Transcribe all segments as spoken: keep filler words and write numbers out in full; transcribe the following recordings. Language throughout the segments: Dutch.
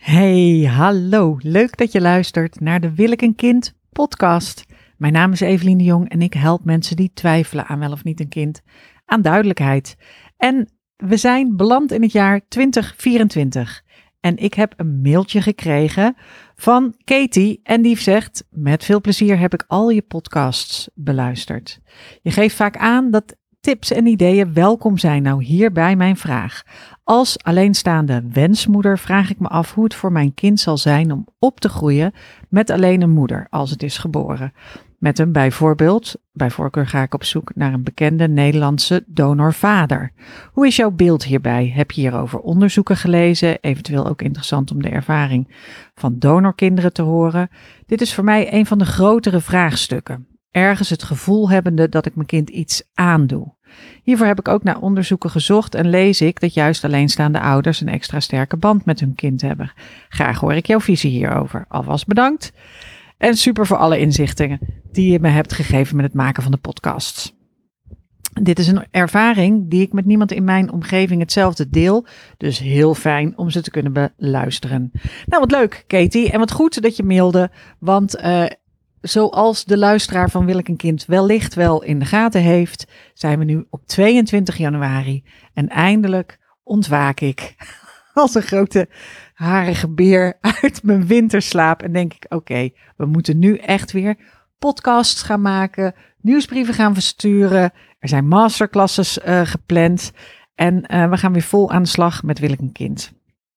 Hey, hallo. Leuk dat je luistert naar de Wil ik een kind podcast. Mijn naam is Evelien de Jong en ik help mensen die twijfelen aan wel of niet een kind aan duidelijkheid. En we zijn beland in het jaar twintig vierentwintig. En ik heb een mailtje gekregen van Katie en die zegt: met veel plezier heb ik al je podcasts beluisterd. Je geeft vaak aan dat tips en ideeën welkom zijn. Nou, hierbij mijn vraag. Als alleenstaande wensmoeder vraag ik me af hoe het voor mijn kind zal zijn om op te groeien met alleen een moeder als het is geboren. Met een bijvoorbeeld, bij voorkeur ga ik op zoek naar een bekende Nederlandse donorvader. Hoe is jouw beeld hierbij? Heb je hierover onderzoeken gelezen? Eventueel ook interessant om de ervaring van donorkinderen te horen. Dit is voor mij een van de grotere vraagstukken. Ergens het gevoel hebbende dat ik mijn kind iets aandoe. Hiervoor heb ik ook naar onderzoeken gezocht en lees ik dat juist alleenstaande ouders een extra sterke band met hun kind hebben. Graag hoor ik jouw visie hierover. Alvast bedankt. En super voor alle inzichten die je me hebt gegeven met het maken van de podcasts. Dit is een ervaring die ik met niemand in mijn omgeving hetzelfde deel. Dus heel fijn om ze te kunnen beluisteren. Nou, wat leuk, Katie. En wat goed dat je mailde, want Uh, Zoals de luisteraar van Wil ik een kind wellicht wel in de gaten heeft, zijn we nu op tweeëntwintig januari en eindelijk ontwaak ik als een grote harige beer uit mijn winterslaap en denk ik, oké, okay, we moeten nu echt weer podcasts gaan maken, nieuwsbrieven gaan versturen, er zijn masterclasses uh, gepland en uh, we gaan weer vol aan de slag met Wil ik een kind.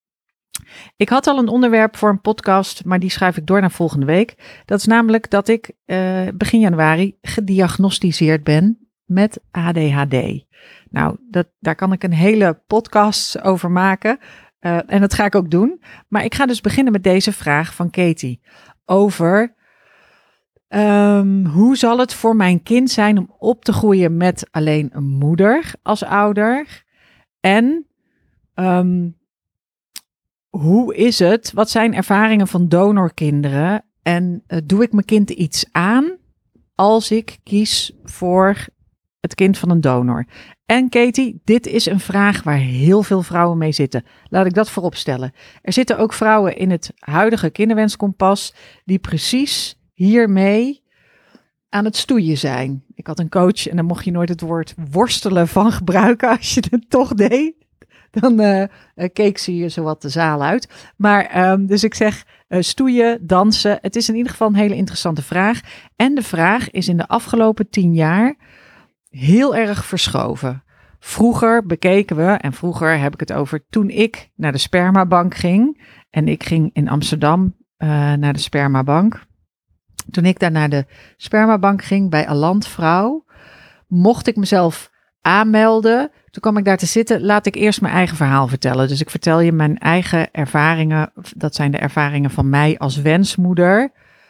Ik had al een onderwerp voor een podcast, maar die schuif ik door naar volgende week. Dat is namelijk dat ik uh, begin januari gediagnosticeerd ben met A D H D. Nou, dat, daar kan ik een hele podcast over maken uh, en dat ga ik ook doen. Maar ik ga dus beginnen met deze vraag van Katie over um, hoe zal het voor mijn kind zijn om op te groeien met alleen een moeder als ouder en Um, Hoe is het? Wat zijn ervaringen van donorkinderen? En uh, doe ik mijn kind iets aan als ik kies voor het kind van een donor? En Katie, dit is een vraag waar heel veel vrouwen mee zitten. Laat ik dat voorop stellen. Er zitten ook vrouwen in het huidige kinderwenskompas die precies hiermee aan het stoeien zijn. Ik had een coach en dan mocht je nooit het woord worstelen van gebruiken als je het toch deed. Dan uh, keek ze je zowat de zaal uit. Maar um, dus ik zeg uh, stoeien, dansen. Het is in ieder geval een hele interessante vraag. En de vraag is in de afgelopen tien jaar heel erg verschoven. Vroeger bekeken we, en vroeger heb ik het over toen ik naar de spermabank ging. En ik ging in Amsterdam uh, naar de spermabank. Toen ik daar naar de spermabank ging bij Aland Vrouw, mocht ik mezelf aanmelden. Toen kwam ik daar te zitten, laat ik eerst mijn eigen verhaal vertellen. Dus ik vertel je mijn eigen ervaringen. Dat zijn de ervaringen van mij als wensmoeder.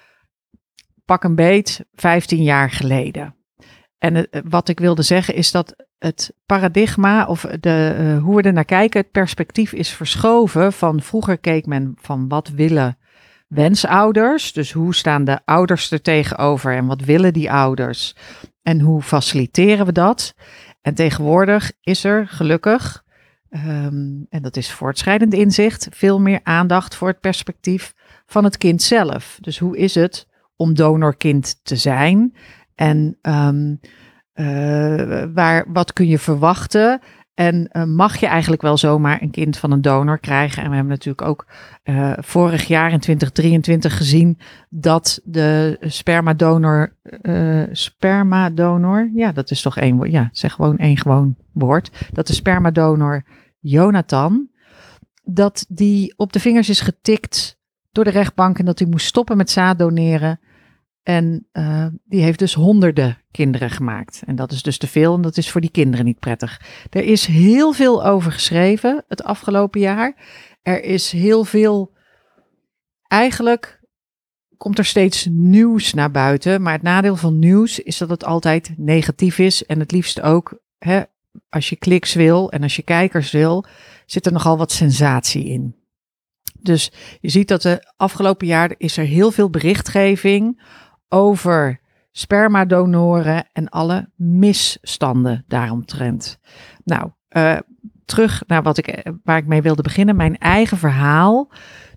Pak een beet, vijftien jaar geleden. En het, wat ik wilde zeggen is dat het paradigma of de, uh, hoe we er naar kijken, het perspectief is verschoven. Van vroeger keek men van wat willen wensouders. Dus hoe staan de ouders er tegenover en wat willen die ouders? En hoe faciliteren we dat? En tegenwoordig is er gelukkig, um, en dat is voortschrijdend inzicht, veel meer aandacht voor het perspectief van het kind zelf. Dus hoe is het om donorkind te zijn? En um, uh, waar, wat kun je verwachten? En uh, mag je eigenlijk wel zomaar een kind van een donor krijgen? En we hebben natuurlijk ook uh, vorig jaar in twintig drieëntwintig gezien dat de spermadonor, uh, spermadonor, ja dat is toch één woord, ja zeg gewoon één gewoon woord, dat de spermadonor Jonathan, dat die op de vingers is getikt door de rechtbank en dat hij moest stoppen met zaaddoneren. En uh, die heeft dus honderden kinderen gemaakt. En dat is dus te veel en dat is voor die kinderen niet prettig. Er is heel veel over geschreven het afgelopen jaar. Er is heel veel, eigenlijk komt er steeds nieuws naar buiten. Maar het nadeel van nieuws is dat het altijd negatief is. En het liefst ook, hè, als je kliks wil en als je kijkers wil, zit er nogal wat sensatie in. Dus je ziet dat de afgelopen jaar is er heel veel berichtgeving over spermadonoren en alle misstanden daaromtrent. Nou, uh, terug naar wat ik, waar ik mee wilde beginnen. Mijn eigen verhaal.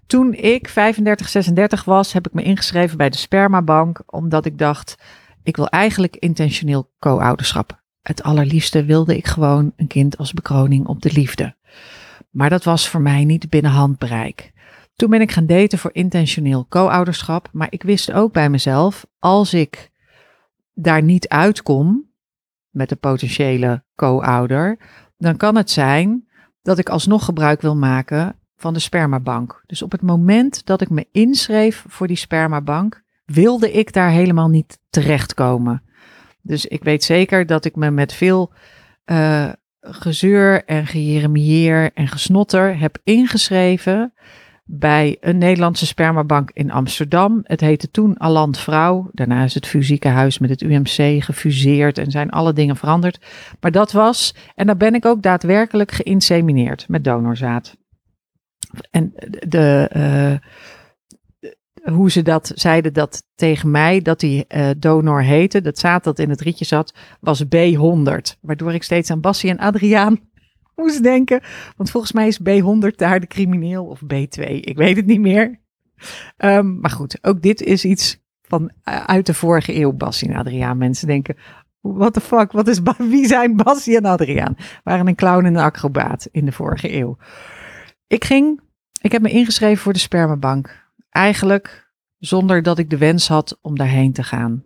Toen ik vijfendertig, zesendertig was, heb ik me ingeschreven bij de spermabank, omdat ik dacht, ik wil eigenlijk intentioneel co-ouderschap. Het allerliefste wilde ik gewoon een kind als bekroning op de liefde. Maar dat was voor mij niet binnen handbereik. Toen ben ik gaan daten voor intentioneel co-ouderschap, maar ik wist ook bij mezelf, als ik daar niet uitkom met de potentiële co-ouder, dan kan het zijn dat ik alsnog gebruik wil maken van de spermabank. Dus op het moment dat ik me inschreef voor die spermabank, wilde ik daar helemaal niet terechtkomen. Dus ik weet zeker dat ik me met veel uh, gezeur en gejeremieer en gesnotter heb ingeschreven bij een Nederlandse spermabank in Amsterdam. Het heette toen Aland Vrouw. Daarna is het Fusiekenhuis met het U M C gefuseerd en zijn alle dingen veranderd. Maar dat was, en daar ben ik ook daadwerkelijk geïnsemineerd met donorzaad. En de, uh, hoe ze dat zeiden dat tegen mij, dat die uh, donor heette, dat zaad dat in het rietje zat, was B honderd. Waardoor ik steeds aan Bassie en Adriaan moest denken. Want volgens mij is B honderd daar de crimineel of B twee. Ik weet het niet meer. Um, maar goed, ook dit is iets van uh, uit de vorige eeuw. Bassie en Adriaan. Mensen denken, what the fuck, wat is, wie zijn Bassie en Adriaan? Waren een clown en een acrobaat in de vorige eeuw. Ik ging, ik heb me ingeschreven voor de spermabank. Eigenlijk zonder dat ik de wens had om daarheen te gaan.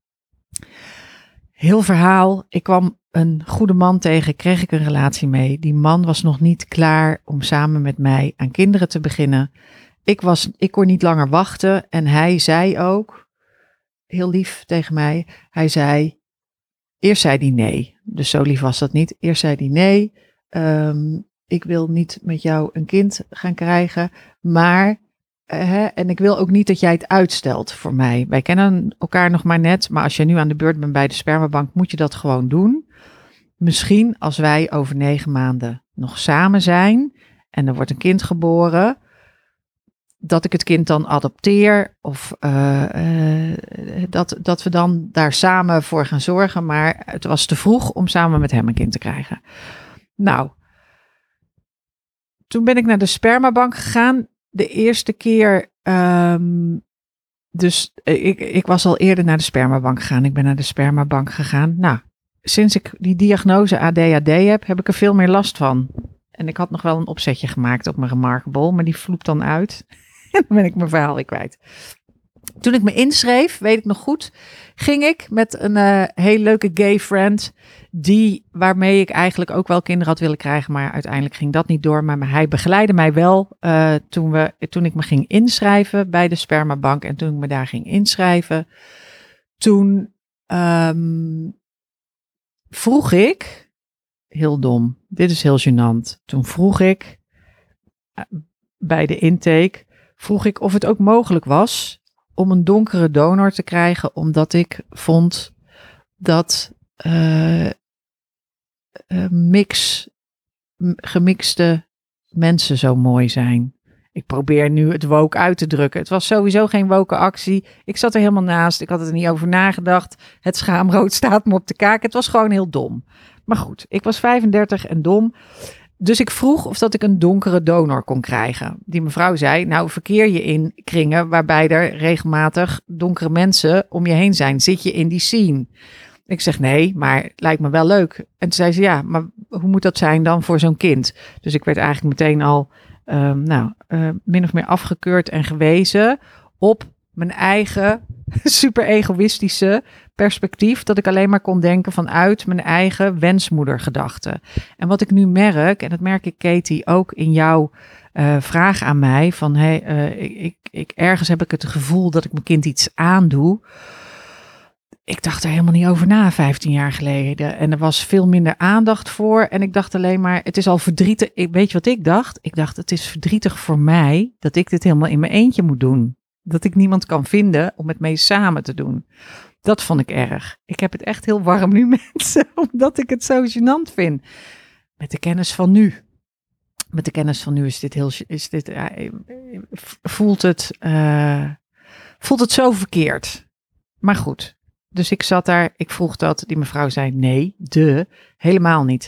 Heel verhaal, ik kwam een goede man tegen, kreeg ik een relatie mee. Die man was nog niet klaar om samen met mij aan kinderen te beginnen. Ik, was, ik kon niet langer wachten en hij zei ook, heel lief tegen mij, hij zei, eerst zei hij nee. Dus zo lief was dat niet. Eerst zei hij nee, um, ik wil niet met jou een kind gaan krijgen, maar... Uh, en ik wil ook niet dat jij het uitstelt voor mij. Wij kennen elkaar nog maar net, maar als je nu aan de beurt bent bij de spermabank, moet je dat gewoon doen. Misschien als wij over negen maanden nog samen zijn en er wordt een kind geboren, dat ik het kind dan adopteer of uh, uh, dat, dat we dan daar samen voor gaan zorgen. Maar het was te vroeg om samen met hem een kind te krijgen. Nou, toen ben ik naar de spermabank gegaan. De eerste keer, um, dus ik, ik was al eerder naar de spermabank gegaan. Ik ben naar de spermabank gegaan. Nou, sinds ik die diagnose A D H D heb, heb ik er veel meer last van. En ik had nog wel een opzetje gemaakt op mijn Remarkable, maar die vloept dan uit. En dan ben ik mijn verhaal weer kwijt. Toen ik me inschreef, weet ik nog goed, ging ik met een uh, heel leuke gay friend, die, waarmee ik eigenlijk ook wel kinderen had willen krijgen, maar uiteindelijk ging dat niet door. Maar, maar hij begeleidde mij wel uh, toen, we, toen ik me ging inschrijven bij de spermabank. En toen ik me daar ging inschrijven, toen um, vroeg ik, heel dom, dit is heel gênant, toen vroeg ik uh, bij de intake, vroeg ik of het ook mogelijk was om een donkere donor te krijgen, omdat ik vond dat uh, uh, mix, m- gemixte mensen zo mooi zijn. Ik probeer nu het woke uit te drukken. Het was sowieso geen woke actie. Ik zat er helemaal naast. Ik had er niet over nagedacht. Het schaamrood staat me op de kaak. Het was gewoon heel dom. Maar goed, ik was vijfendertig en dom. Dus ik vroeg of dat ik een donkere donor kon krijgen. Die mevrouw zei, nou verkeer je in kringen waarbij er regelmatig donkere mensen om je heen zijn. Zit je in die scene? Ik zeg nee, maar het lijkt me wel leuk. En toen zei ze, ja, maar hoe moet dat zijn dan voor zo'n kind? Dus ik werd eigenlijk meteen al um, nou, uh, min of meer afgekeurd en gewezen op mijn eigen super egoïstische perspectief, dat ik alleen maar kon denken vanuit mijn eigen wensmoedergedachten. En wat ik nu merk, en dat merk ik, Katie, ook in jouw uh, vraag aan mij, van hey, uh, ik, ik, ik, ergens heb ik het gevoel dat ik mijn kind iets aandoe. Ik dacht er helemaal niet over na, vijftien jaar geleden. En er was veel minder aandacht voor. En ik dacht alleen maar, het is al verdrietig. Ik, weet je wat ik dacht? Ik dacht, het is verdrietig voor mij dat ik dit helemaal in mijn eentje moet doen. Dat ik niemand kan vinden om het mee samen te doen. Dat vond ik erg. Ik heb het echt heel warm nu, mensen, omdat ik het zo gênant vind. Met de kennis van nu. Met de kennis van nu is dit heel, is dit, uh, voelt het, uh, voelt het zo verkeerd. Maar goed. Dus ik zat daar, ik vroeg dat, die mevrouw zei nee, de, helemaal niet.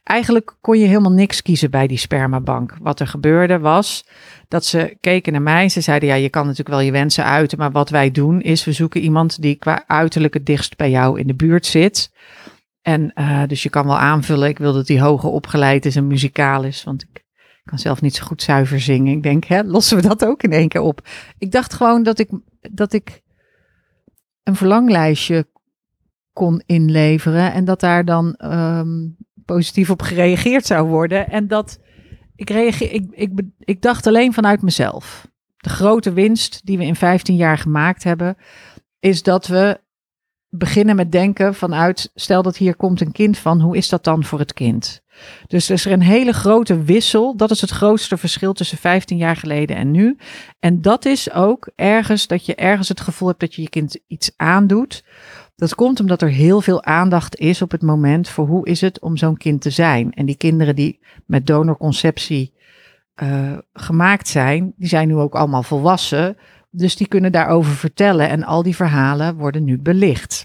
eigenlijk kon je helemaal niks kiezen bij die spermabank. Wat er gebeurde was dat ze keken naar mij. Ze zeiden, ja, je kan natuurlijk wel je wensen uiten. Maar wat wij doen is, we zoeken iemand die qua uiterlijk het dichtst bij jou in de buurt zit. En uh, dus je kan wel aanvullen, ik wil dat hij hoger opgeleid is en muzikaal is. Want ik kan zelf niet zo goed zuiver zingen. Ik denk, hè, lossen we dat ook in één keer op. Ik dacht gewoon dat ik, dat ik een verlanglijstje kon inleveren. En dat daar dan um, positief op gereageerd zou worden. En dat ik reageer, ik, ik, ik dacht alleen vanuit mezelf. De grote winst die we in vijftien jaar gemaakt hebben, is dat we beginnen met denken vanuit, stel dat hier komt een kind van, hoe is dat dan voor het kind? Dus er is er een hele grote wissel. Dat is het grootste verschil tussen vijftien jaar geleden en nu. En dat is ook ergens, dat je ergens het gevoel hebt dat je je kind iets aandoet. Dat komt omdat er heel veel aandacht is op het moment voor hoe is het om zo'n kind te zijn. En die kinderen die met donorconceptie uh, gemaakt zijn, die zijn nu ook allemaal volwassen. Dus die kunnen daarover vertellen en al die verhalen worden nu belicht.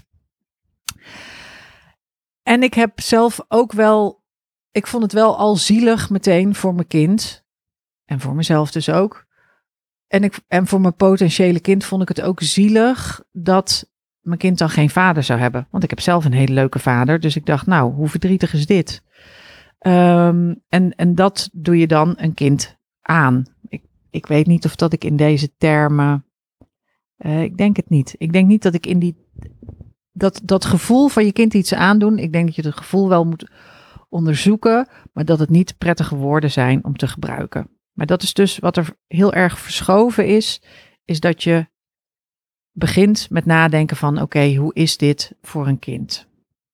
En ik heb zelf ook wel, ik vond het wel al zielig meteen voor mijn kind. En voor mezelf dus ook. En, ik, en voor mijn potentiële kind vond ik het ook zielig dat mijn kind dan geen vader zou hebben. Want ik heb zelf een hele leuke vader. Dus ik dacht, nou, hoe verdrietig is dit? Um, en, en dat doe je dan een kind aan. Ik, ik weet niet of dat ik in deze termen, uh, ik denk het niet. Ik denk niet dat ik in die, dat, dat gevoel van je kind iets aandoen. Ik denk dat je het gevoel wel moet onderzoeken, maar dat het niet prettige woorden zijn om te gebruiken. Maar dat is dus wat er heel erg verschoven is, is dat je begint met nadenken van, oké, okay, hoe is dit voor een kind?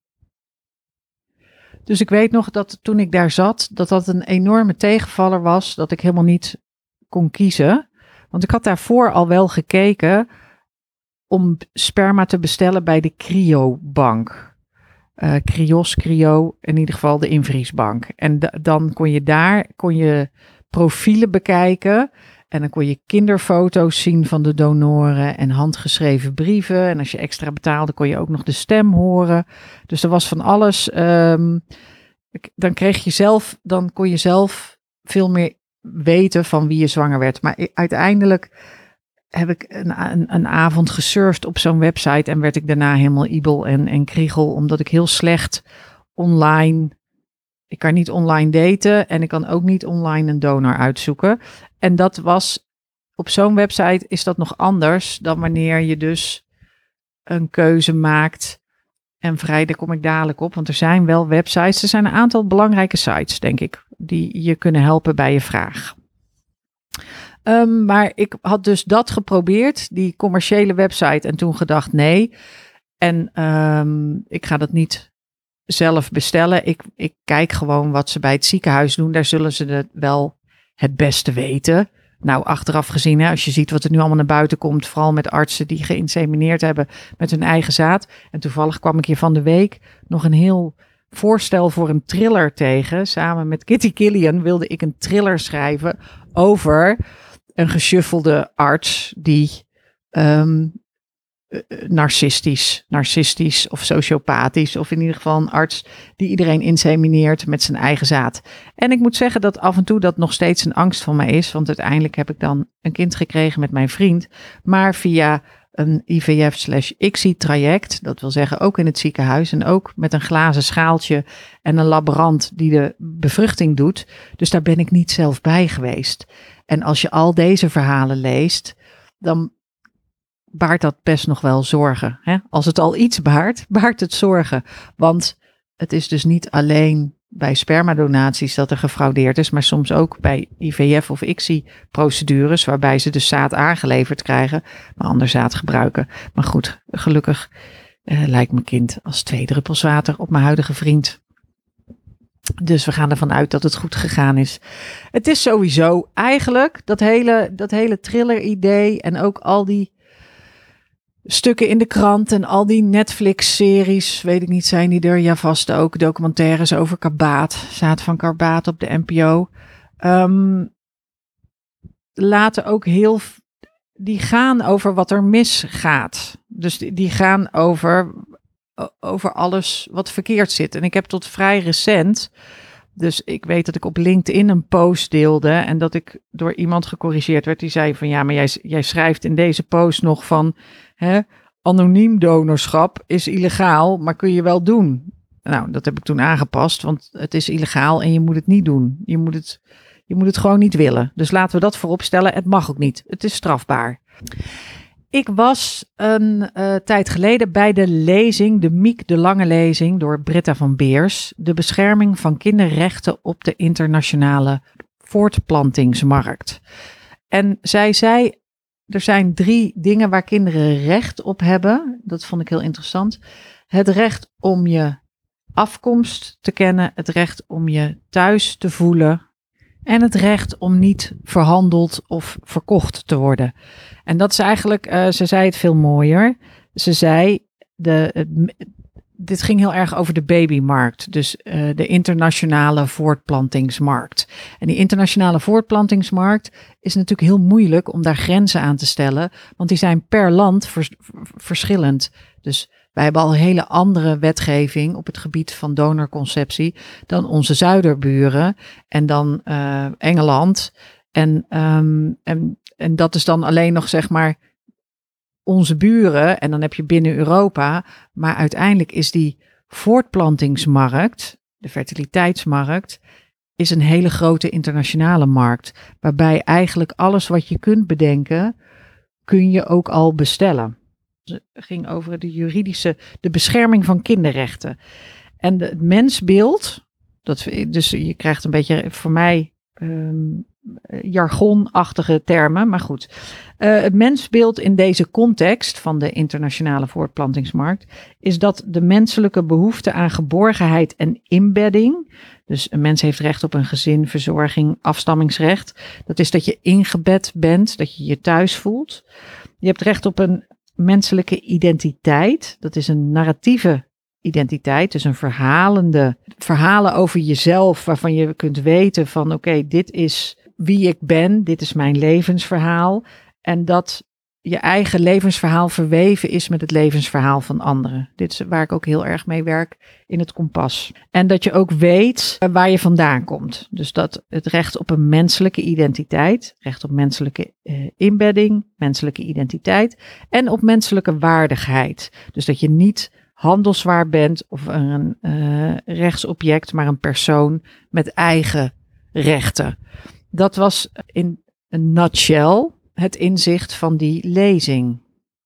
Dus ik weet nog dat toen ik daar zat, dat dat een enorme tegenvaller was, dat ik helemaal niet kon kiezen. Want ik had daarvoor al wel gekeken om sperma te bestellen bij de cryobank. Uh, Cryos, Cryo, in ieder geval de invriesbank. En d- dan kon je daar, kon je profielen bekijken. En dan kon je kinderfoto's zien van de donoren en handgeschreven brieven. En als je extra betaalde, kon je ook nog de stem horen. Dus er was van alles. Um, dan kreeg je zelf, dan kon je zelf veel meer weten van wie je zwanger werd. Maar uiteindelijk heb ik een, een, een avond gesurfd op zo'n website en werd ik daarna helemaal ibel en, en kriegel, omdat ik heel slecht online, ik kan niet online daten en ik kan ook niet online een donor uitzoeken. En dat was, op zo'n website is dat nog anders dan wanneer je dus een keuze maakt. En vrij, daar kom ik dadelijk op, want er zijn wel websites, er zijn een aantal belangrijke sites, denk ik, die je kunnen helpen bij je vraag. Um, maar ik had dus dat geprobeerd, die commerciële website, en toen gedacht nee. En um, ik ga dat niet zelf bestellen. Ik, ik kijk gewoon wat ze bij het ziekenhuis doen. Daar zullen ze het wel het beste weten. Nou, achteraf gezien, hè, als je ziet wat er nu allemaal naar buiten komt, vooral met artsen die geïnsemineerd hebben met hun eigen zaad. En toevallig kwam ik hier van de week nog een heel voorstel voor een thriller tegen. Samen met Kitty Killian wilde ik een thriller schrijven over een geshuffelde arts die um, narcistisch, narcistisch of sociopathisch, of in ieder geval een arts die iedereen insemineert met zijn eigen zaad. En ik moet zeggen dat af en toe dat nog steeds een angst van mij is, want uiteindelijk heb ik dan een kind gekregen met mijn vriend, maar via een I V F slash I C S I traject, dat wil zeggen ook in het ziekenhuis en ook met een glazen schaaltje en een laborant die de bevruchting doet. Dus daar ben ik niet zelf bij geweest. En als je al deze verhalen leest, dan baart dat best nog wel zorgen. Hè? Als het al iets baart, baart het zorgen. Want het is dus niet alleen bij spermadonaties dat er gefraudeerd is, maar soms ook bij I V F of I C S I-procedures, waarbij ze dus zaad aangeleverd krijgen, maar ander zaad gebruiken. Maar goed, gelukkig uh, lijkt mijn kind als twee druppels water op mijn huidige vriend. Dus we gaan ervan uit dat het goed gegaan is. Het is sowieso eigenlijk dat hele, dat hele thriller-idee en ook al die stukken in de krant en al die Netflix-series, weet ik niet, zijn die er? Ja, vast ook documentaires over karbaat, zaad van karbaat op de N P O. Um, laten ook heel, die gaan over wat er misgaat. Dus die, die gaan over, over alles wat verkeerd zit. En ik heb tot vrij recent Dus ik weet dat ik op LinkedIn een post deelde en dat ik door iemand gecorrigeerd werd. Die zei van ja, maar jij, jij schrijft in deze post nog van hè, anoniem donorschap is illegaal, maar kun je wel doen. Nou, dat heb ik toen aangepast, want het is illegaal en je moet het niet doen. Je moet het, je moet het gewoon niet willen. Dus laten we dat voorop stellen. Het mag ook niet. Het is strafbaar. Ik was een uh, tijd geleden bij de lezing, de Miek de Lange lezing door Britta van Beers. De bescherming van kinderrechten op de internationale voortplantingsmarkt. En zij zei, er zijn drie dingen waar kinderen recht op hebben. Dat vond ik heel interessant. Het recht om je afkomst te kennen, het recht om je thuis te voelen en het recht om niet verhandeld of verkocht te worden. En dat is eigenlijk, uh, ze zei het veel mooier. Ze zei, de, het, dit ging heel erg over de babymarkt, dus uh, de internationale voortplantingsmarkt. En die internationale voortplantingsmarkt is natuurlijk heel moeilijk om daar grenzen aan te stellen, want die zijn per land vers, verschillend. Dus wij hebben al een hele andere wetgeving op het gebied van donorconceptie dan onze zuiderburen en dan uh, Engeland. En, um, en, en dat is dan alleen nog zeg maar onze buren en dan heb je binnen Europa. Maar uiteindelijk is die voortplantingsmarkt, de fertiliteitsmarkt, is een hele grote internationale markt. Waarbij eigenlijk alles wat je kunt bedenken, kun je ook al bestellen. Het ging over de juridische, de bescherming van kinderrechten. En de, het mensbeeld, dat, dus je krijgt een beetje voor mij um, jargonachtige termen, maar goed. Uh, het mensbeeld in deze context van de internationale voortplantingsmarkt is dat de menselijke behoefte aan geborgenheid en inbedding, dus een mens heeft recht op een gezin, verzorging, afstammingsrecht. Dat is dat je ingebed bent, dat je je thuis voelt. Je hebt recht op een menselijke identiteit, dat is een narratieve identiteit, dus een verhalende, verhalen over jezelf waarvan je kunt weten van oké, okay, dit is wie ik ben, dit is mijn levensverhaal en dat je eigen levensverhaal verweven is met het levensverhaal van anderen. Dit is waar ik ook heel erg mee werk in het kompas. En dat je ook weet waar je vandaan komt. Dus dat het recht op een menselijke identiteit, recht op menselijke uh, inbedding, menselijke identiteit en op menselijke waardigheid. Dus dat je niet handelswaar bent of een uh, rechtsobject, maar een persoon met eigen rechten. Dat was in een nutshell het inzicht van die lezing.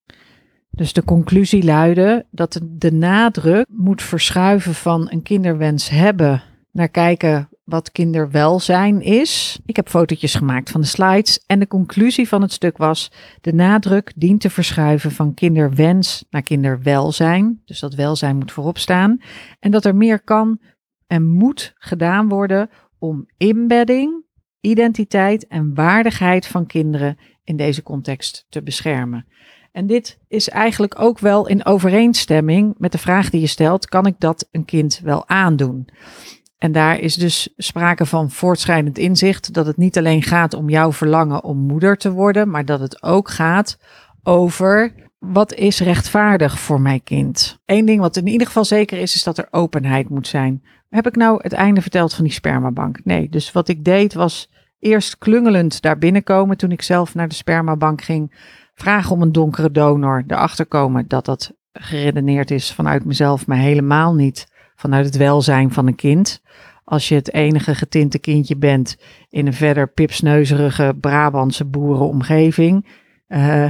Dus de conclusie luidde dat de nadruk moet verschuiven van een kinderwens hebben naar kijken wat kinderwelzijn is. Ik heb fotootjes gemaakt van de slides en de conclusie van het stuk was: de nadruk dient te verschuiven van kinderwens naar kinderwelzijn. Dus dat welzijn moet voorop staan. En dat er meer kan en moet gedaan worden om inbedding, identiteit en waardigheid van kinderen in deze context te beschermen. En dit is eigenlijk ook wel in overeenstemming met de vraag die je stelt: kan ik dat een kind wel aandoen? En daar is dus sprake van voortschrijdend inzicht dat het niet alleen gaat om jouw verlangen om moeder te worden, maar dat het ook gaat over wat is rechtvaardig voor mijn kind. Eén ding wat in ieder geval zeker is, is dat er openheid moet zijn. Heb ik nou het einde verteld van die spermabank? Nee, dus wat ik deed was eerst klungelend daar binnenkomen toen ik zelf naar de spermabank ging, vragen om een donkere donor, erachter komen dat dat geredeneerd is vanuit mezelf, maar helemaal niet vanuit het welzijn van een kind. Als je het enige getinte kindje bent in een verder pipsneuzerige Brabantse boerenomgeving, uh,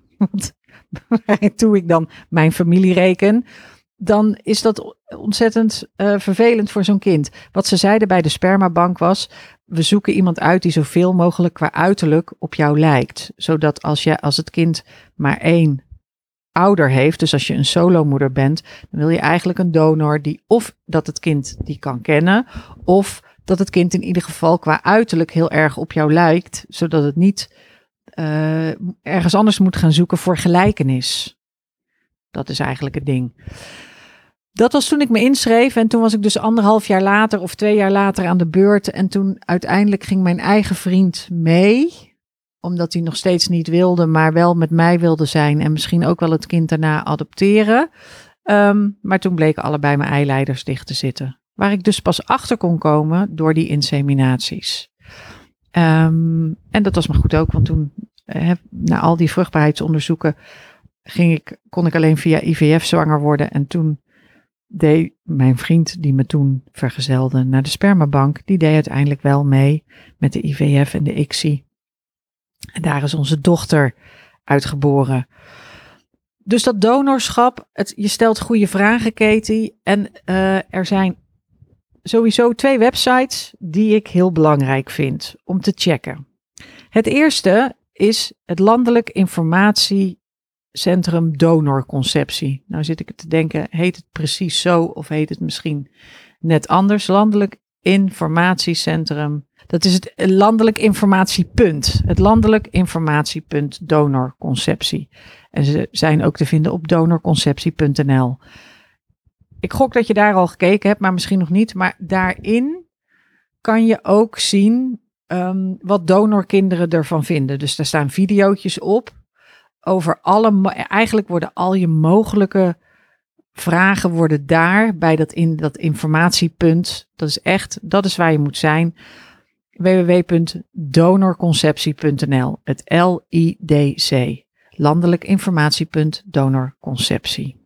toe ik dan mijn familie reken, dan is dat ontzettend uh, vervelend voor zo'n kind. Wat ze zeiden bij de spermabank was: we zoeken iemand uit die zoveel mogelijk qua uiterlijk op jou lijkt. Zodat als, je, als het kind maar één ouder heeft, dus als je een solomoeder bent, dan wil je eigenlijk een donor die of dat het kind die kan kennen, of dat het kind in ieder geval qua uiterlijk heel erg op jou lijkt, zodat het niet uh, ergens anders moet gaan zoeken voor gelijkenis. Dat is eigenlijk het ding. Dat was toen ik me inschreef en toen was ik dus anderhalf jaar later of twee jaar later aan de beurt. En toen uiteindelijk ging mijn eigen vriend mee, omdat hij nog steeds niet wilde, maar wel met mij wilde zijn en misschien ook wel het kind daarna adopteren. Um, maar toen bleken allebei mijn eileiders dicht te zitten. waar ik dus pas achter kon komen door die inseminaties. Um, en dat was maar goed ook, want toen, uh, na al die vruchtbaarheidsonderzoeken, ging ik, kon ik alleen via I V F zwanger worden. En toen deed mijn vriend, die me toen vergezelde naar de spermabank, die deed uiteindelijk wel mee met de I V F en de I C S I. En daar is onze dochter uitgeboren. Dus dat donorschap, het, je stelt goede vragen, Katie. En uh, er zijn sowieso twee websites die ik heel belangrijk vind om te checken. Het eerste is het Landelijk Informatiecentrum Donorconceptie. Nou zit ik te denken, heet het precies zo of heet het misschien net anders? Landelijk Informatiecentrum. Dat is het Landelijk Informatiepunt. Het Landelijk Informatiepunt Donorconceptie. En ze zijn ook te vinden op donorconceptie punt n l. Ik gok dat je daar al gekeken hebt, maar misschien nog niet. Maar daarin kan je ook zien um, wat donorkinderen ervan vinden. Dus daar staan videootjes op over alle... Eigenlijk worden al je mogelijke vragen worden daar bij dat, in, dat informatiepunt. Dat is echt, dat is waar je moet zijn. w w w punt donorconceptie punt n l. Het L I D C. Landelijk Informatiepunt Donorconceptie.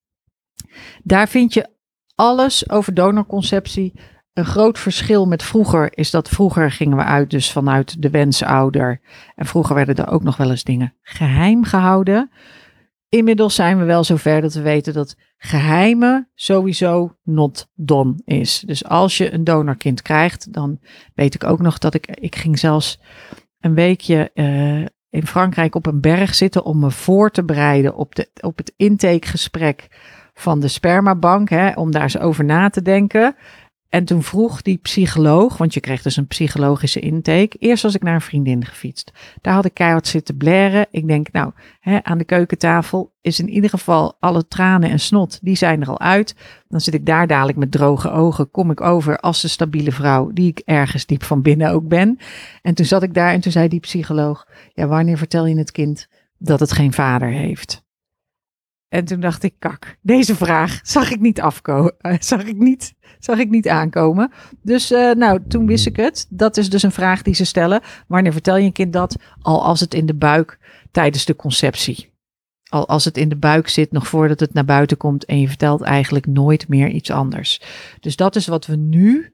Daar vind je alles over donorconceptie. Een groot verschil met vroeger is dat vroeger gingen we uit dus vanuit de wensouder. En vroeger werden er ook nog wel eens dingen geheim gehouden. Inmiddels zijn we wel zover dat we weten dat geheimen sowieso not done is. Dus als je een donorkind krijgt, dan weet ik ook nog dat ik, ik ging zelfs een weekje uh, in Frankrijk op een berg zitten om me voor te bereiden op, de, op het intakegesprek van de spermabank, hè, om daar eens over na te denken. En toen vroeg die psycholoog, want je kreeg dus een psychologische intake. Eerst was ik naar een vriendin gefietst. Daar had ik keihard zitten blaren. Ik denk, nou, hè, aan de keukentafel is in ieder geval alle tranen en snot, die zijn er al uit. Dan zit ik daar dadelijk met droge ogen, kom ik over als de stabiele vrouw, die ik ergens diep van binnen ook ben. En toen zat ik daar en toen zei die psycholoog, ja, wanneer vertel je het kind dat het geen vader heeft? En toen dacht ik, kak, deze vraag zag ik niet afkomen, uh, zag ik niet, zag ik niet aankomen. Dus uh, nou, toen wist ik het. Dat is dus een vraag die ze stellen. Wanneer vertel je een kind dat? Al als het in de buik tijdens de conceptie. Al als het in de buik zit, nog voordat het naar buiten komt en je vertelt eigenlijk nooit meer iets anders. Dus dat is wat we nu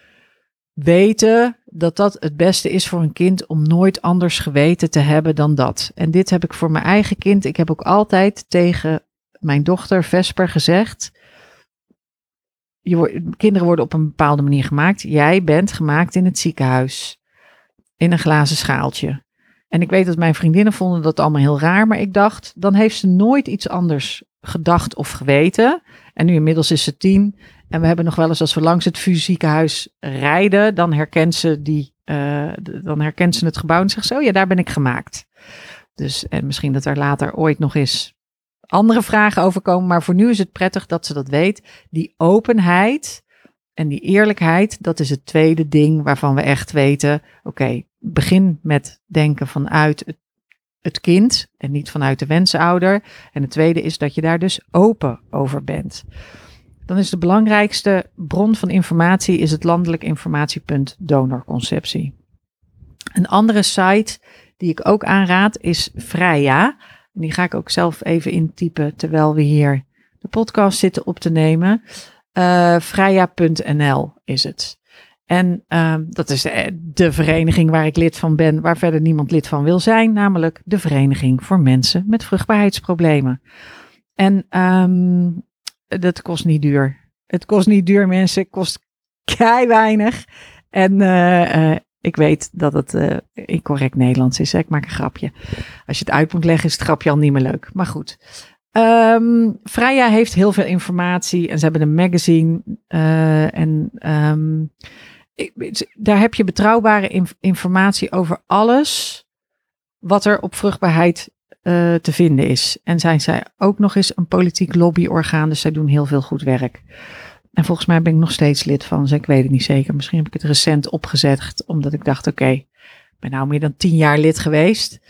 weten, dat dat het beste is voor een kind om nooit anders geweten te hebben dan dat. En dit heb ik voor mijn eigen kind. Ik heb ook altijd tegen mijn dochter Vesper gezegd, je wordt, kinderen worden op een bepaalde manier gemaakt. Jij bent gemaakt in het ziekenhuis. In een glazen schaaltje. En ik weet dat mijn vriendinnen vonden dat allemaal heel raar, maar ik dacht, dan heeft ze nooit iets anders gedacht of geweten. En nu inmiddels is ze tien. En we hebben nog wel eens, als we langs het V U ziekenhuis rijden, dan herkent ze, die, uh, dan herkent ze het gebouw en zegt zo, ja, daar ben ik gemaakt. Dus en misschien dat er later ooit nog eens andere vragen over komen, maar voor nu is het prettig dat ze dat weet. Die openheid en die eerlijkheid, dat is het tweede ding waarvan we echt weten, oké, okay, begin met denken vanuit het, het kind en niet vanuit de wensouder. En het tweede is dat je daar dus open over bent. Dan is de belangrijkste bron van informatie is het Landelijk Informatiepunt Donorconceptie. Een andere site die ik ook aanraad is Freya. En die ga ik ook zelf even intypen terwijl we hier de podcast zitten op te nemen. Uh, Freya punt n l is het. En uh, dat is de, de vereniging waar ik lid van ben, waar verder niemand lid van wil zijn. Namelijk de Vereniging voor Mensen met Vruchtbaarheidsproblemen. En um, dat kost niet duur. Het kost niet duur, mensen. Het kost kei weinig. En uh, uh, ik weet dat het uh, incorrect Nederlands is. Hè? Ik maak een grapje. Als je het uit moet leggen, is het grapje al niet meer leuk. Maar goed. Um, Freya heeft heel veel informatie. En ze hebben een magazine. Uh, en um, ik, daar heb je betrouwbare inf- informatie over alles wat er op vruchtbaarheid Uh, te vinden is. En zijn zij ook nog eens een politiek lobbyorgaan, dus zij doen heel veel goed werk. En volgens mij ben ik nog steeds lid van ze, ik weet het niet zeker. Misschien heb ik het recent opgezet, omdat ik dacht, oké, okay, ik ben nou meer dan tien jaar lid geweest.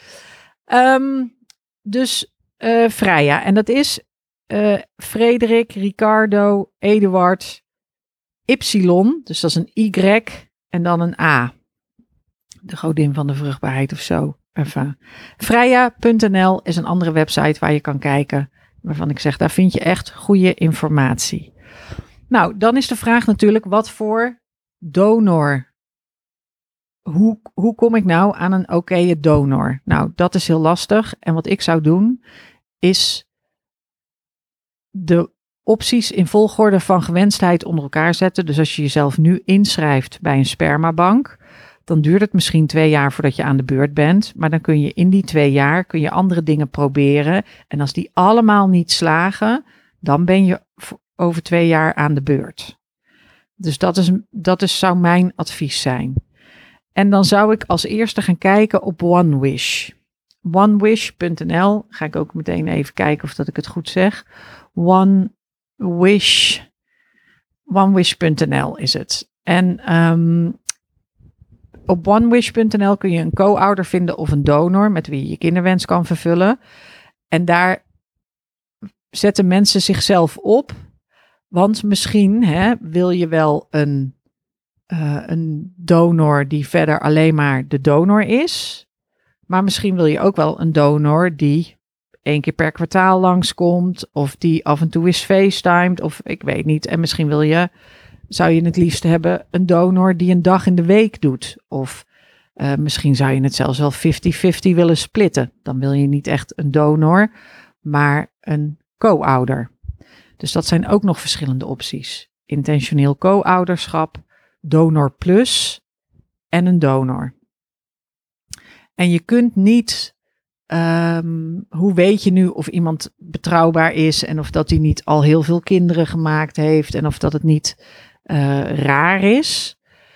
Um, dus uh, Freya, en dat is uh, Frederik, Ricardo, Eduard, Y, dus dat is een Y en dan een A. De godin van de vruchtbaarheid of zo. Even. Freya punt n l is een andere website waar je kan kijken. Waarvan ik zeg, daar vind je echt goede informatie. Nou, dan is de vraag natuurlijk, wat voor donor? Hoe, hoe kom ik nou aan een oké donor? Nou, dat is heel lastig. En wat ik zou doen, is de opties in volgorde van gewenstheid onder elkaar zetten. Dus als je jezelf nu inschrijft bij een spermabank, dan duurt het misschien twee jaar voordat je aan de beurt bent. Maar dan kun je in die twee jaar kun je andere dingen proberen. En als die allemaal niet slagen, dan ben je over twee jaar aan de beurt. Dus dat, is, dat is, zou mijn advies zijn. En dan zou ik als eerste gaan kijken op OneWish. OneWish punt n l. Ga ik ook meteen even kijken of dat ik het goed zeg. OneWish. OneWish punt n l is het. En um, op OneWish punt n l kun je een co-ouder vinden of een donor met wie je je kinderwens kan vervullen. En daar zetten mensen zichzelf op. Want misschien hè, wil je wel een, uh, een donor die verder alleen maar de donor is. Maar misschien wil je ook wel een donor die één keer per kwartaal langskomt. Of die af en toe is facetimed. Of ik weet niet. En misschien wil je, zou je het liefst hebben een donor die een dag in de week doet. Of uh, misschien zou je het zelfs wel vijftig vijftig willen splitten. Dan wil je niet echt een donor, maar een co-ouder. Dus dat zijn ook nog verschillende opties. Intentioneel co-ouderschap, donor plus en een donor. En je kunt niet, um, hoe weet je nu of iemand betrouwbaar is en of dat hij niet al heel veel kinderen gemaakt heeft en of dat het niet uh, raar is.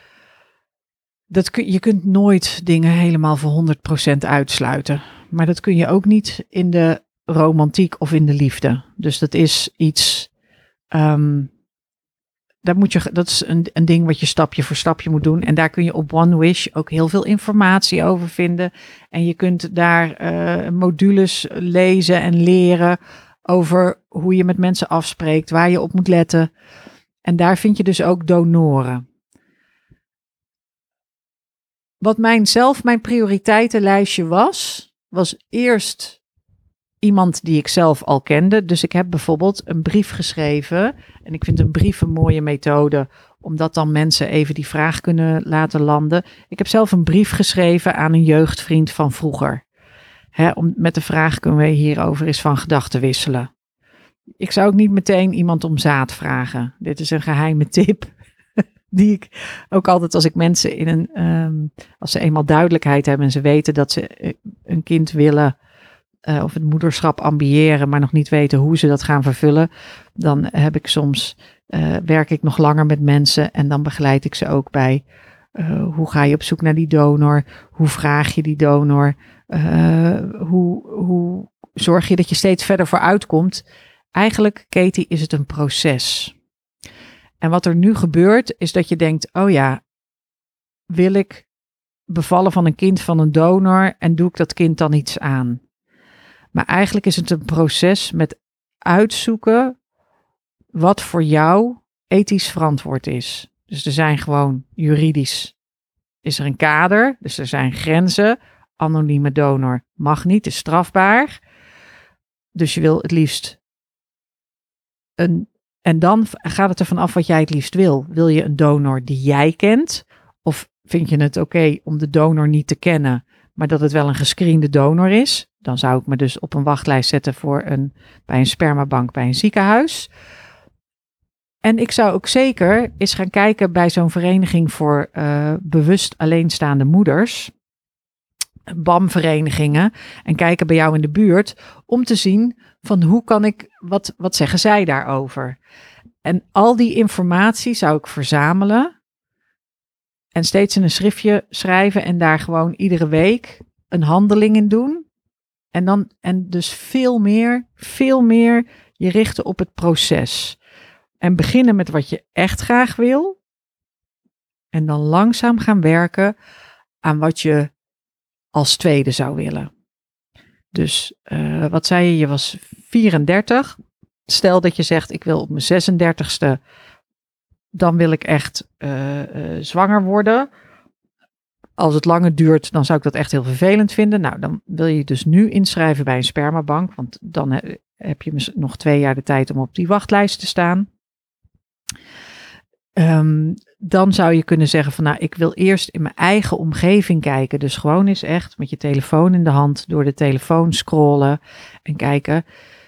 Dat kun, je kunt nooit dingen helemaal voor honderd procent uitsluiten. Maar dat kun je ook niet in de romantiek of in de liefde. Dus dat is iets, um, daar moet je, dat is een, een ding wat je stapje voor stapje moet doen. En daar kun je op OneWish ook heel veel informatie over vinden. En je kunt daar uh, modules lezen en leren over hoe je met mensen afspreekt, waar je op moet letten. En daar vind je dus ook donoren. Wat mijn zelf, mijn prioriteitenlijstje was, was eerst iemand die ik zelf al kende. Dus ik heb bijvoorbeeld een brief geschreven. En ik vind een brief een mooie methode, omdat dan mensen even die vraag kunnen laten landen. Ik heb zelf een brief geschreven aan een jeugdvriend van vroeger. Hè, om, met de vraag, kunnen we hierover eens van gedachten wisselen. Ik zou ook niet meteen iemand om zaad vragen. Dit is een geheime tip. Die ik ook altijd als ik mensen in een, um, als ze eenmaal duidelijkheid hebben en ze weten dat ze een kind willen uh, of het moederschap ambiëren, maar nog niet weten hoe ze dat gaan vervullen, dan heb ik soms, uh, werk ik nog langer met mensen en dan begeleid ik ze ook bij uh, hoe ga je op zoek naar die donor, hoe vraag je die donor, uh, hoe, hoe zorg je dat je steeds verder vooruit komt. Eigenlijk, Katie, is het een proces. En wat er nu gebeurt, is dat je denkt, oh ja, wil ik bevallen van een kind van een donor en doe ik dat kind dan iets aan? Maar eigenlijk is het een proces met uitzoeken wat voor jou ethisch verantwoord is. Dus er zijn gewoon juridisch, is er een kader, dus er zijn grenzen. Anonieme donor mag niet, is strafbaar. Dus je wil het liefst een... En dan gaat het ervan af wat jij het liefst wil. Wil je een donor die jij kent? Of vind je het oké okay om de donor niet te kennen, maar dat het wel een gescreende donor is? Dan zou ik me dus op een wachtlijst zetten voor een, bij een spermabank bij een ziekenhuis. En ik zou ook zeker eens gaan kijken bij zo'n vereniging voor uh, bewust alleenstaande moeders. B A M-verenigingen. En kijken bij jou in de buurt om te zien van hoe kan ik, wat, wat zeggen zij daarover? En al die informatie zou ik verzamelen en steeds in een schriftje schrijven en daar gewoon iedere week een handeling in doen. En dan, en dus veel meer, veel meer je richten op het proces. En beginnen met wat je echt graag wil. En dan langzaam gaan werken aan wat je als tweede zou willen. Dus uh, wat zei je, je was vierendertig. Stel dat je zegt, ik wil op mijn zesendertigste dan wil ik echt uh, uh, zwanger worden. Als het langer duurt, dan zou ik dat echt heel vervelend vinden. Nou, dan wil je dus nu inschrijven bij een spermabank. Want dan he, heb je nog twee jaar de tijd om op die wachtlijst te staan. Um, dan zou je kunnen zeggen van nou, ik wil eerst in mijn eigen omgeving kijken. Dus gewoon eens echt met je telefoon in de hand door de telefoon scrollen en kijken.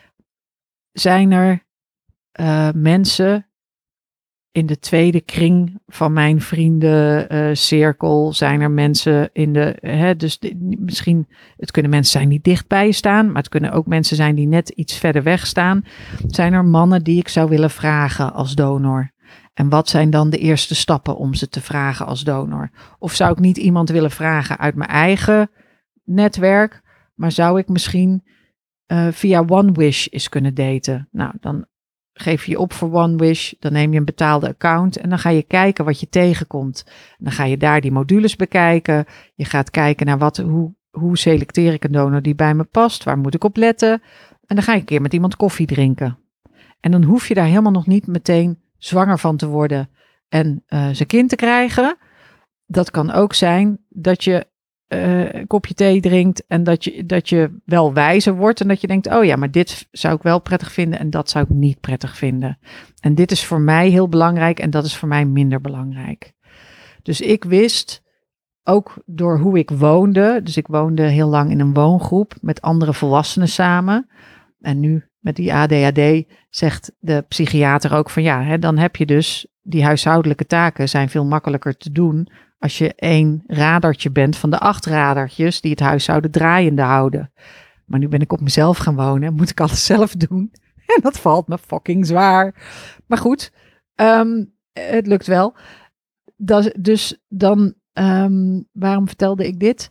Zijn er uh, mensen in de tweede kring van mijn vriendencirkel? Uh, zijn er mensen in de, hè, dus die, misschien, het kunnen mensen zijn die dicht bij je staan, maar het kunnen ook mensen zijn die net iets verder weg staan. Zijn er mannen die ik zou willen vragen als donor? En wat zijn dan de eerste stappen om ze te vragen als donor? Of zou ik niet iemand willen vragen uit mijn eigen netwerk, maar zou ik misschien uh, via OneWish eens kunnen daten? Nou, dan geef je je op voor OneWish, dan neem je een betaalde account en dan ga je kijken wat je tegenkomt. Dan ga je daar die modules bekijken. Je gaat kijken naar wat, hoe, hoe selecteer ik een donor die bij me past? Waar moet ik op letten? En dan ga je een keer met iemand koffie drinken. En dan hoef je daar helemaal nog niet meteen zwanger van te worden en uh, zijn kind te krijgen. Dat kan ook zijn dat je uh, een kopje thee drinkt en dat je, dat je wel wijzer wordt en dat je denkt, oh ja, maar dit zou ik wel prettig vinden en dat zou ik niet prettig vinden. En dit is voor mij heel belangrijk en dat is voor mij minder belangrijk. Dus ik wist, ook door hoe ik woonde, dus ik woonde heel lang in een woongroep met andere volwassenen samen en nu met die A D H D zegt de psychiater ook van ja, hè, dan heb je dus die huishoudelijke taken zijn veel makkelijker te doen als je één radertje bent van de acht radertjes die het huishouden draaiende houden. Maar nu ben ik op mezelf gaan wonen, moet ik alles zelf doen en dat valt me fucking zwaar. Maar goed, um, het lukt wel. Dat, dus dan, um, waarom vertelde ik dit?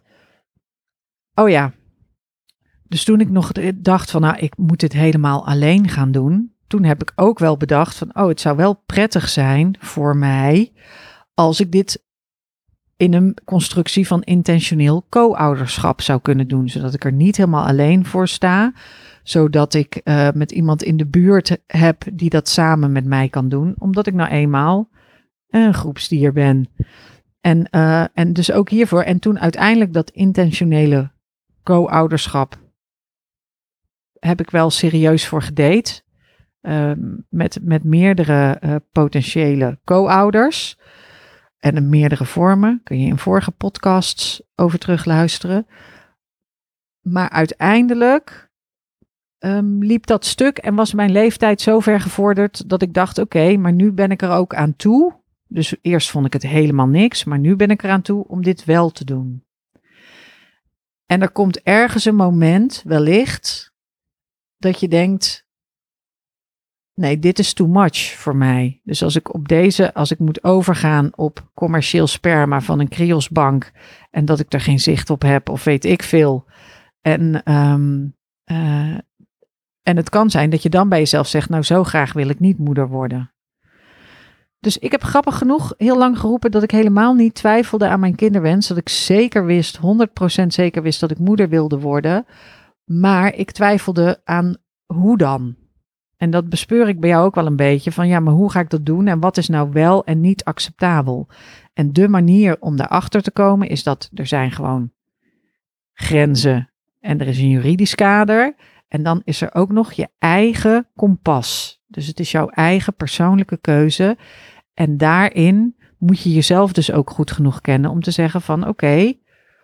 Oh ja. Dus toen ik nog dacht van, nou, ik moet dit helemaal alleen gaan doen. Toen heb ik ook wel bedacht van, oh, het zou wel prettig zijn voor mij als ik dit in een constructie van intentioneel co-ouderschap zou kunnen doen. Zodat ik er niet helemaal alleen voor sta. Zodat ik uh, met iemand in de buurt heb die dat samen met mij kan doen. Omdat ik nou eenmaal een groepsdier ben. En, uh, en dus ook hiervoor. En toen uiteindelijk dat intentionele co-ouderschap heb ik wel serieus voor gedate. Uh, met, met meerdere uh, potentiële co-ouders. En in meerdere vormen. Kun je in vorige podcasts over terugluisteren. Maar uiteindelijk um, liep dat stuk en was mijn leeftijd zo ver gevorderd dat ik dacht, oké, okay, maar nu ben ik er ook aan toe. Dus eerst vond ik het helemaal niks, maar nu ben ik eraan toe om dit wel te doen. En er komt ergens een moment, wellicht, dat je denkt, nee, dit is too much voor mij. Dus als ik op deze, als ik moet overgaan op commercieel sperma van een kriosbank en dat ik er geen zicht op heb of weet ik veel. En, um, uh, en het kan zijn dat je dan bij jezelf zegt, nou zo graag wil ik niet moeder worden. Dus ik heb grappig genoeg heel lang geroepen dat ik helemaal niet twijfelde aan mijn kinderwens. Dat ik zeker wist, honderd procent zeker wist dat ik moeder wilde worden. Maar ik twijfelde aan hoe dan. En dat bespeur ik bij jou ook wel een beetje. Van ja, maar hoe ga ik dat doen? En wat is nou wel en niet acceptabel? En de manier om daarachter te komen is dat er zijn gewoon grenzen. En er is een juridisch kader. En dan is er ook nog je eigen kompas. Dus het is jouw eigen persoonlijke keuze. En daarin moet je jezelf dus ook goed genoeg kennen om te zeggen van oké, okay,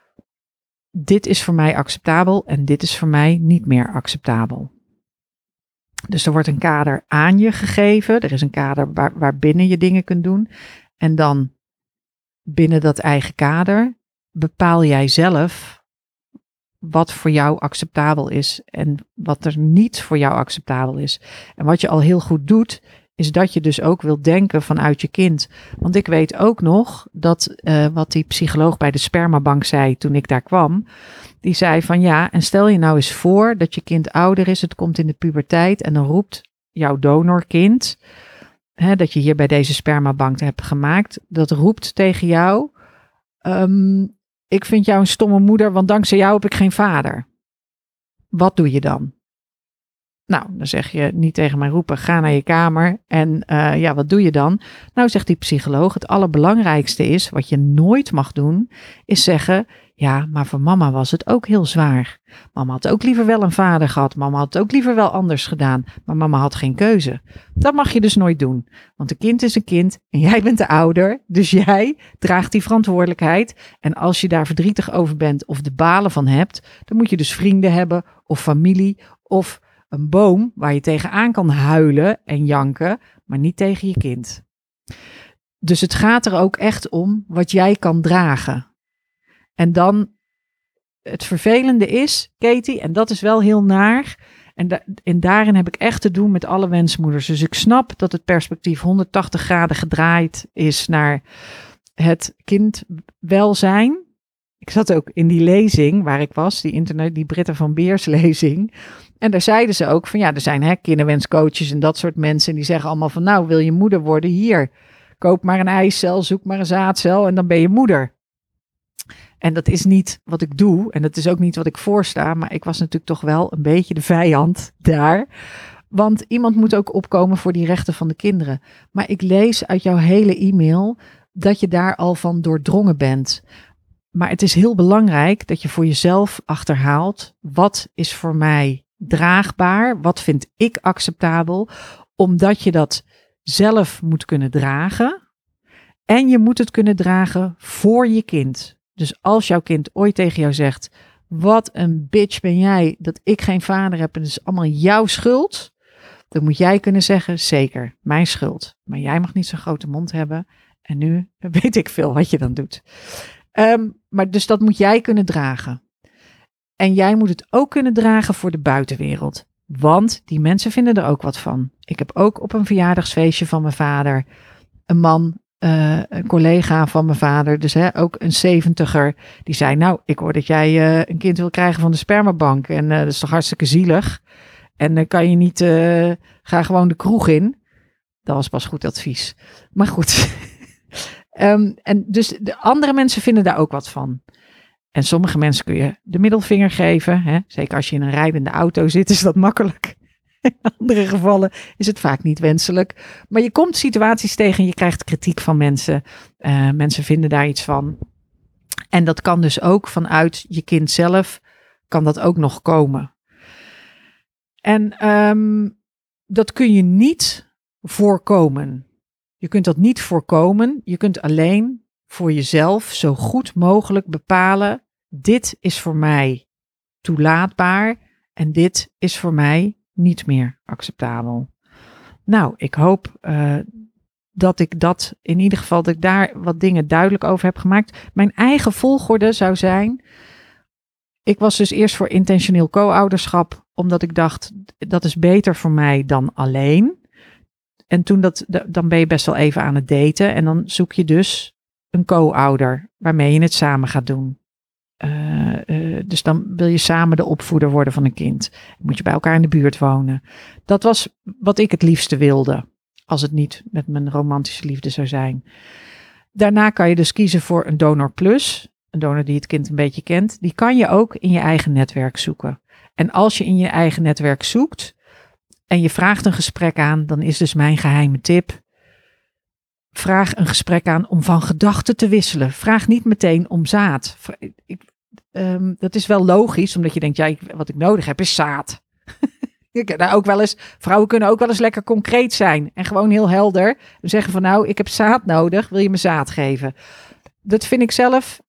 dit is voor mij acceptabel en dit is voor mij niet meer acceptabel. Dus er wordt een kader aan je gegeven. Er is een kader waar, waarbinnen je dingen kunt doen. En dan binnen dat eigen kader bepaal jij zelf wat voor jou acceptabel is en wat er niet voor jou acceptabel is. En wat je al heel goed doet, is dat je dus ook wilt denken vanuit je kind. Want ik weet ook nog dat uh, wat die psycholoog bij de spermabank zei toen ik daar kwam. Die zei van ja, en stel je nou eens voor dat je kind ouder is, het komt in de puberteit en dan roept jouw donorkind, hè, dat je hier bij deze spermabank hebt gemaakt, dat roept tegen jou, um, ik vind jou een stomme moeder, want dankzij jou heb ik geen vader. Wat doe je dan? Nou, dan zeg je niet tegen mij roepen, ga naar je kamer. En uh, ja, wat doe je dan? Nou, zegt die psycholoog, het allerbelangrijkste is, wat je nooit mag doen, is zeggen, ja, maar voor mama was het ook heel zwaar. Mama had ook liever wel een vader gehad. Mama had ook liever wel anders gedaan. Maar mama had geen keuze. Dat mag je dus nooit doen. Want een kind is een kind en jij bent de ouder. Dus jij draagt die verantwoordelijkheid. En als je daar verdrietig over bent of de balen van hebt, dan moet je dus vrienden hebben of familie of een boom waar je tegenaan kan huilen en janken, maar niet tegen je kind. Dus het gaat er ook echt om wat jij kan dragen. En dan, het vervelende is, Katie, en dat is wel heel naar, en, da- en daarin heb ik echt te doen met alle wensmoeders. Dus ik snap dat het perspectief honderdtachtig graden gedraaid is naar het kindwelzijn. Ik zat ook in die lezing waar ik was, die internet, die Britta van Beers lezing. En daar zeiden ze ook van, ja, er zijn hè, kinderwenscoaches en dat soort mensen. En die zeggen allemaal van, nou, wil je moeder worden? Hier, koop maar een eicel, zoek maar een zaadcel en dan ben je moeder. En dat is niet wat ik doe en dat is ook niet wat ik voorsta. Maar ik was natuurlijk toch wel een beetje de vijand daar. Want iemand moet ook opkomen voor die rechten van de kinderen. Maar ik lees uit jouw hele e-mail dat je daar al van doordrongen bent. Maar het is heel belangrijk dat je voor jezelf achterhaalt. Wat is voor mij draagbaar? Wat vind ik acceptabel? Omdat je dat zelf moet kunnen dragen. En je moet het kunnen dragen voor je kind. Dus als jouw kind ooit tegen jou zegt, wat een bitch ben jij dat ik geen vader heb en het is allemaal jouw schuld. Dan moet jij kunnen zeggen, zeker, mijn schuld. Maar jij mag niet zo'n grote mond hebben. En nu weet ik veel wat je dan doet. Um, maar dus dat moet jij kunnen dragen. En jij moet het ook kunnen dragen voor de buitenwereld. Want die mensen vinden er ook wat van. Ik heb ook op een verjaardagsfeestje van mijn vader een man, uh, een collega van mijn vader, dus hè, ook een zeventiger, die zei, nou, ik hoor dat jij uh, een kind wil krijgen van de spermabank. En uh, dat is toch hartstikke zielig. En dan uh, kan je niet, uh, ga gewoon de kroeg in. Dat was pas goed advies. Maar goed. um, en dus de andere mensen vinden daar ook wat van. En sommige mensen kun je de middelvinger geven. Hè? Zeker als je in een rijdende auto zit, is dat makkelijk. In andere gevallen is het vaak niet wenselijk. Maar je komt situaties tegen en je krijgt kritiek van mensen. Uh, mensen vinden daar iets van. En dat kan dus ook vanuit je kind zelf, kan dat ook nog komen. En um, dat kun je niet voorkomen. Je kunt dat niet voorkomen. Je kunt alleen voor jezelf zo goed mogelijk bepalen, dit is voor mij toelaatbaar en dit is voor mij niet meer acceptabel. Nou, ik hoop uh, dat ik dat in ieder geval, dat ik daar wat dingen duidelijk over heb gemaakt. Mijn eigen volgorde zou zijn, ik was dus eerst voor intentioneel co-ouderschap, omdat ik dacht, dat is beter voor mij dan alleen. En toen dat, dan ben je best wel even aan het daten en dan zoek je dus een co-ouder waarmee je het samen gaat doen. Uh, uh, dus dan wil je samen de opvoeder worden van een kind. Dan moet je bij elkaar in de buurt wonen. Dat was wat ik het liefste wilde. Als het niet met mijn romantische liefde zou zijn. Daarna kan je dus kiezen voor een donor plus. Een donor die het kind een beetje kent. Die kan je ook in je eigen netwerk zoeken. En als je in je eigen netwerk zoekt en je vraagt een gesprek aan, dan is dus mijn geheime tip, vraag een gesprek aan om van gedachten te wisselen. Vraag niet meteen om zaad. Ik, um, dat is wel logisch, omdat je denkt, ja, ik, wat ik nodig heb is zaad. Ik heb daar ook wel eens, vrouwen kunnen ook wel eens lekker concreet zijn. En gewoon heel helder zeggen van, nou, ik heb zaad nodig. Wil je me zaad geven? Dat vind ik zelf,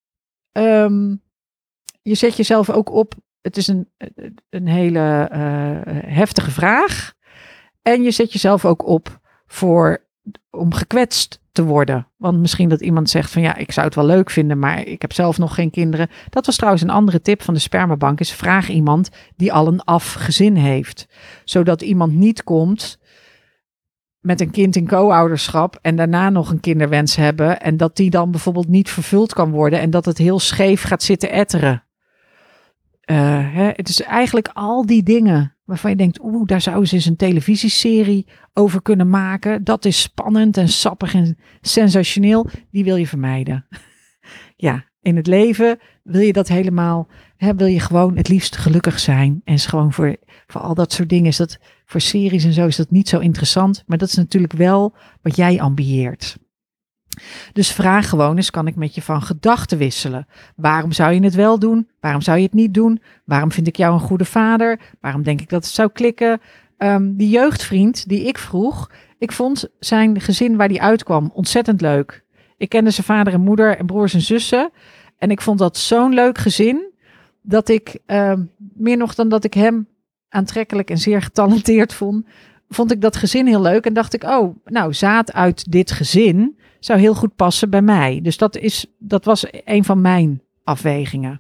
um, je zet jezelf ook op. Het is een, een hele uh, heftige vraag. En je zet jezelf ook op voor om gekwetst te worden. Want misschien dat iemand zegt van ja, ik zou het wel leuk vinden, maar ik heb zelf nog geen kinderen. Dat was trouwens een andere tip van de spermabank, is vraag iemand die al een afgezin heeft. Zodat iemand niet komt met een kind in co-ouderschap en daarna nog een kinderwens hebben en dat die dan bijvoorbeeld niet vervuld kan worden en dat het heel scheef gaat zitten etteren. Uh, hè, het is eigenlijk al die dingen waarvan je denkt, oeh, daar zou ze eens een televisieserie over kunnen maken. Dat is spannend en sappig en sensationeel. Die wil je vermijden. Ja, in het leven wil je dat helemaal, hè, wil je gewoon het liefst gelukkig zijn. En is gewoon voor, voor al dat soort dingen is dat, voor series en zo is dat niet zo interessant. Maar dat is natuurlijk wel wat jij ambieert. Dus vraag gewoon eens, kan ik met je van gedachten wisselen? Waarom zou je het wel doen? Waarom zou je het niet doen? Waarom vind ik jou een goede vader? Waarom denk ik dat het zou klikken? Um, die jeugdvriend die ik vroeg, ik vond zijn gezin waar die uitkwam ontzettend leuk. Ik kende zijn vader en moeder en broers en zussen. En ik vond dat zo'n leuk gezin, dat ik, um, meer nog dan dat ik hem aantrekkelijk en zeer getalenteerd vond, vond ik dat gezin heel leuk. En dacht ik, oh, nou, zaad uit dit gezin zou heel goed passen bij mij. Dus dat, is, dat was een van mijn afwegingen.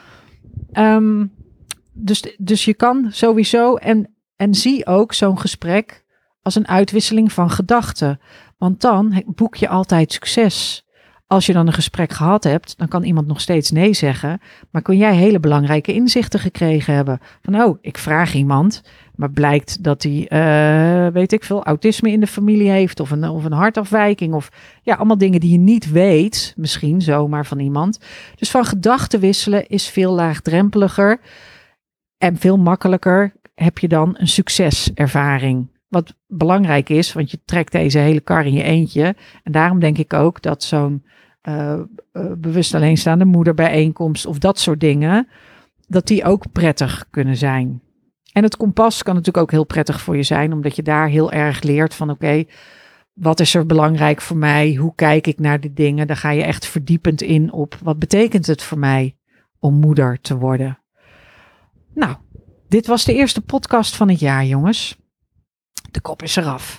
Um, dus, dus je kan sowieso, en, en zie ook zo'n gesprek als een uitwisseling van gedachten. Want dan boek je altijd succes. Als je dan een gesprek gehad hebt, dan kan iemand nog steeds nee zeggen. Maar kun jij hele belangrijke inzichten gekregen hebben. Van, oh, ik vraag iemand, maar blijkt dat hij, uh, weet ik veel, autisme in de familie heeft. Of een, of een hartafwijking. Of ja, allemaal dingen die je niet weet. Misschien zomaar van iemand. Dus van gedachten wisselen is veel laagdrempeliger. En veel makkelijker heb je dan een succeservaring. Wat belangrijk is, want je trekt deze hele kar in je eentje. En daarom denk ik ook dat zo'n uh, uh, bewust alleenstaande moederbijeenkomst of dat soort dingen, dat die ook prettig kunnen zijn. En het kompas kan natuurlijk ook heel prettig voor je zijn, omdat je daar heel erg leert van oké, okay, wat is er belangrijk voor mij? Hoe kijk ik naar de dingen? Daar ga je echt verdiepend in op. Wat betekent het voor mij om moeder te worden? Nou, dit was de eerste podcast van het jaar, jongens. De kop is eraf.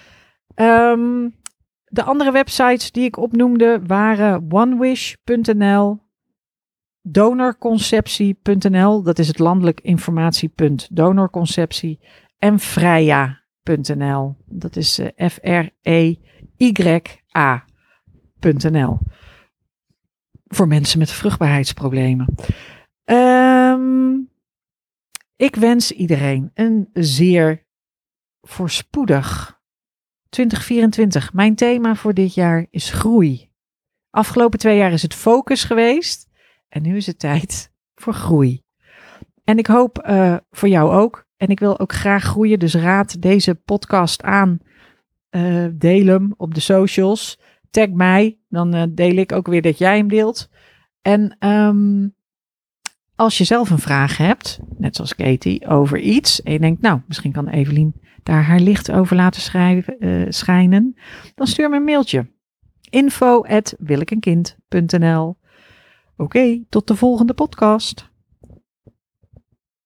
Um, de andere websites die ik opnoemde waren onewish punt n l, donorconceptie punt n l, dat is het landelijk informatiepunt donorconceptie, en freya punt n l, dat is uh, F R E Y A punt n l, voor mensen met vruchtbaarheidsproblemen. Um, ik wens iedereen een zeer voorspoedig twintig vierentwintig. Mijn thema voor dit jaar is groei. Afgelopen twee jaar is het focus geweest. En nu is het tijd voor groei. En ik hoop uh, voor jou ook. En ik wil ook graag groeien. Dus raad deze podcast aan. Uh, deel hem op de socials. Tag mij. Dan uh, deel ik ook weer dat jij hem deelt. En um, als je zelf een vraag hebt, net zoals Katie, over iets. En je denkt, nou, misschien kan Evelien daar haar licht over laten schrijven, uh, schijnen. Dan stuur me een mailtje. info at willekeenkind punt n l. Oké, okay, tot de volgende podcast.